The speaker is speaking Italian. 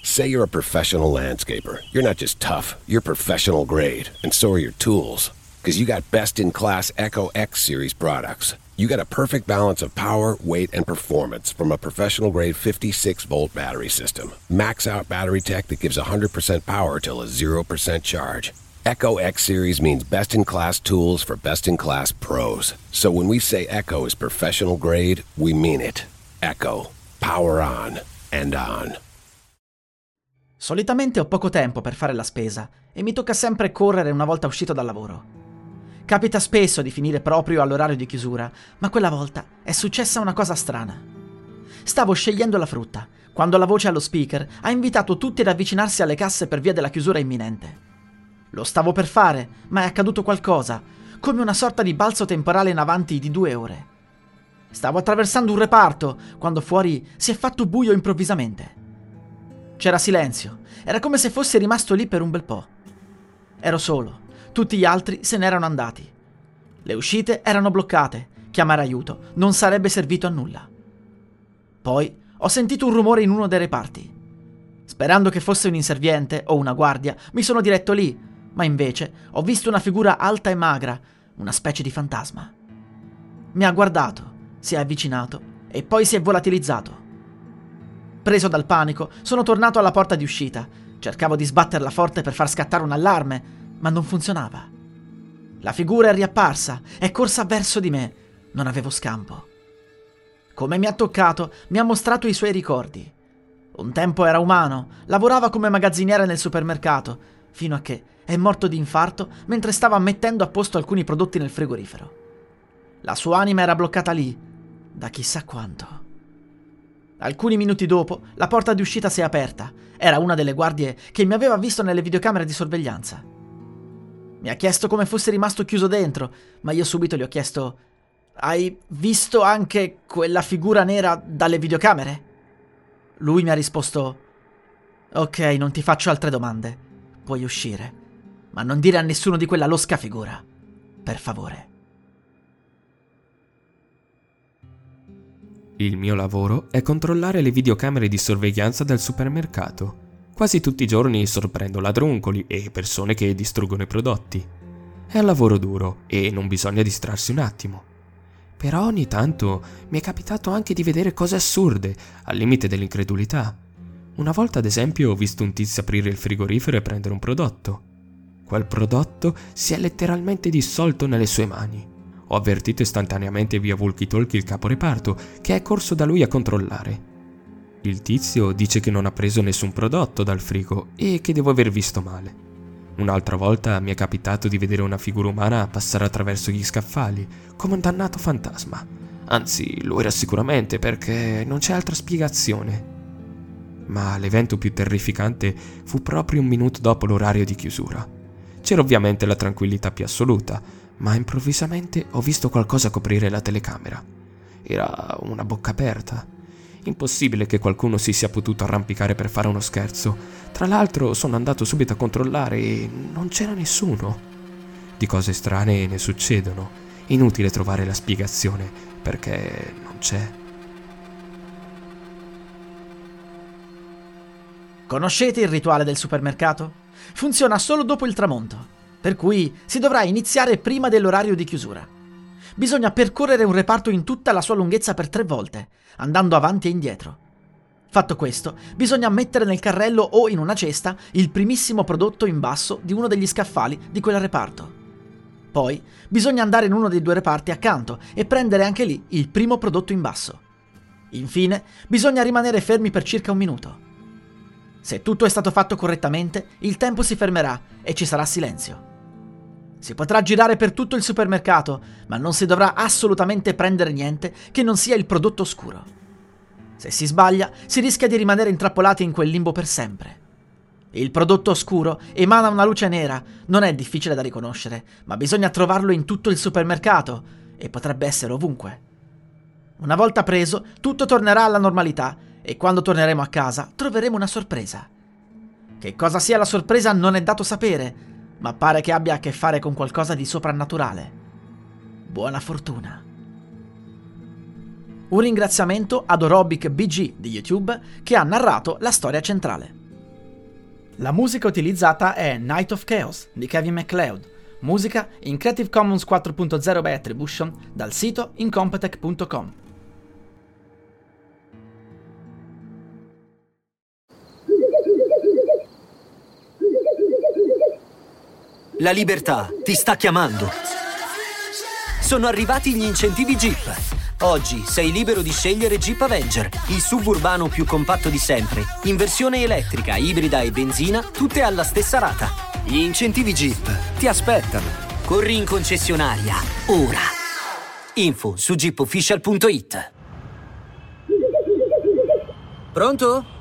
Say you're a professional landscaper. You're not just tough, you're professional grade, and so are your tools. Because you got best-in-class Echo X Series products. You got a perfect balance of power, weight, and performance from a professional-grade 56-volt battery system. Max-out battery tech that gives 100% power till a 0% charge. Echo X Series means best-in-class tools for best-in-class pros. So when we say Echo is professional grade, we mean it. Echo. Power on and on. Solitamente ho poco tempo per fare la spesa e mi tocca sempre correre una volta uscito dal lavoro. Capita spesso di finire proprio all'orario di chiusura, ma quella volta è successa una cosa strana. Stavo scegliendo la frutta, quando la voce allo speaker ha invitato tutti ad avvicinarsi alle casse per via della chiusura imminente. Lo stavo per fare, ma è accaduto qualcosa, come una sorta di balzo temporale in avanti di 2 ore. Stavo attraversando un reparto, quando fuori si è fatto buio improvvisamente. C'era silenzio, era come se fossi rimasto lì per un bel po'. Ero solo, tutti gli altri se n'erano andati. Le uscite erano bloccate, chiamare aiuto non sarebbe servito a nulla. Poi ho sentito un rumore in uno dei reparti. Sperando che fosse un inserviente o una guardia, mi sono diretto lì, ma invece ho visto una figura alta e magra, una specie di fantasma. Mi ha guardato, si è avvicinato e poi si è volatilizzato. Preso dal panico, sono tornato alla porta di uscita. Cercavo di sbatterla forte per far scattare un allarme, ma non funzionava. La figura è riapparsa, è corsa verso di me. Non avevo scampo. Come mi ha toccato, mi ha mostrato i suoi ricordi. Un tempo era umano, lavorava come magazziniere nel supermercato, fino a che è morto di infarto mentre stava mettendo a posto alcuni prodotti nel frigorifero. La sua anima era bloccata lì, da chissà quanto. Alcuni minuti dopo, la porta di uscita si è aperta. Era una delle guardie che mi aveva visto nelle videocamere di sorveglianza. Mi ha chiesto come fosse rimasto chiuso dentro, ma io subito gli ho chiesto: «Hai visto anche quella figura nera dalle videocamere?» Lui mi ha risposto: «Ok, non ti faccio altre domande. Puoi uscire, ma non dire a nessuno di quella losca figura. Per favore». Il mio lavoro è controllare le videocamere di sorveglianza del supermercato. Quasi tutti i giorni sorprendo ladruncoli e persone che distruggono i prodotti. È un lavoro duro e non bisogna distrarsi un attimo. Però ogni tanto mi è capitato anche di vedere cose assurde, al limite dell'incredulità. Una volta, ad esempio, ho visto un tizio aprire il frigorifero e prendere un prodotto. Quel prodotto si è letteralmente dissolto nelle sue mani. Ho avvertito istantaneamente via walkie-talkie il caporeparto, che è corso da lui a controllare. Il tizio dice che non ha preso nessun prodotto dal frigo e che devo aver visto male. Un'altra volta mi è capitato di vedere una figura umana passare attraverso gli scaffali, come un dannato fantasma. Anzi, lo era sicuramente, perché non c'è altra spiegazione. Ma l'evento più terrificante fu proprio un minuto dopo l'orario di chiusura. C'era ovviamente la tranquillità più assoluta, ma improvvisamente ho visto qualcosa coprire la telecamera. Era una bocca aperta. Impossibile che qualcuno si sia potuto arrampicare per fare uno scherzo. Tra l'altro sono andato subito a controllare e non c'era nessuno. Di cose strane ne succedono. Inutile trovare la spiegazione, perché non c'è. Conoscete il rituale del supermercato? Funziona solo dopo il tramonto, per cui si dovrà iniziare prima dell'orario di chiusura. Bisogna percorrere un reparto in tutta la sua lunghezza per 3 volte, andando avanti e indietro. Fatto questo, bisogna mettere nel carrello o in una cesta il primissimo prodotto in basso di uno degli scaffali di quel reparto. Poi bisogna andare in uno dei 2 reparti accanto e prendere anche lì il primo prodotto in basso. Infine, bisogna rimanere fermi per circa 1 minuto. Se tutto è stato fatto correttamente, il tempo si fermerà e ci sarà silenzio. Si potrà girare per tutto il supermercato, ma non si dovrà assolutamente prendere niente che non sia il prodotto oscuro. Se si sbaglia, si rischia di rimanere intrappolati in quel limbo per sempre. Il prodotto oscuro emana una luce nera, non è difficile da riconoscere, ma bisogna trovarlo in tutto il supermercato e potrebbe essere ovunque. Una volta preso, tutto tornerà alla normalità e quando torneremo a casa troveremo una sorpresa. Che cosa sia la sorpresa non è dato sapere, ma pare che abbia a che fare con qualcosa di soprannaturale. Buona fortuna. Un ringraziamento ad Orobic BG di YouTube che ha narrato la storia centrale. La musica utilizzata è Night of Chaos di Kevin MacLeod, musica in Creative Commons 4.0 by Attribution dal sito incompetech.com. La libertà ti sta chiamando. Sono arrivati gli incentivi Jeep. Oggi sei libero di scegliere Jeep Avenger, il suburbano più compatto di sempre, in versione elettrica, ibrida e benzina, tutte alla stessa rata. Gli incentivi Jeep ti aspettano. Corri in concessionaria, ora. Info su jeepofficial.it. Pronto?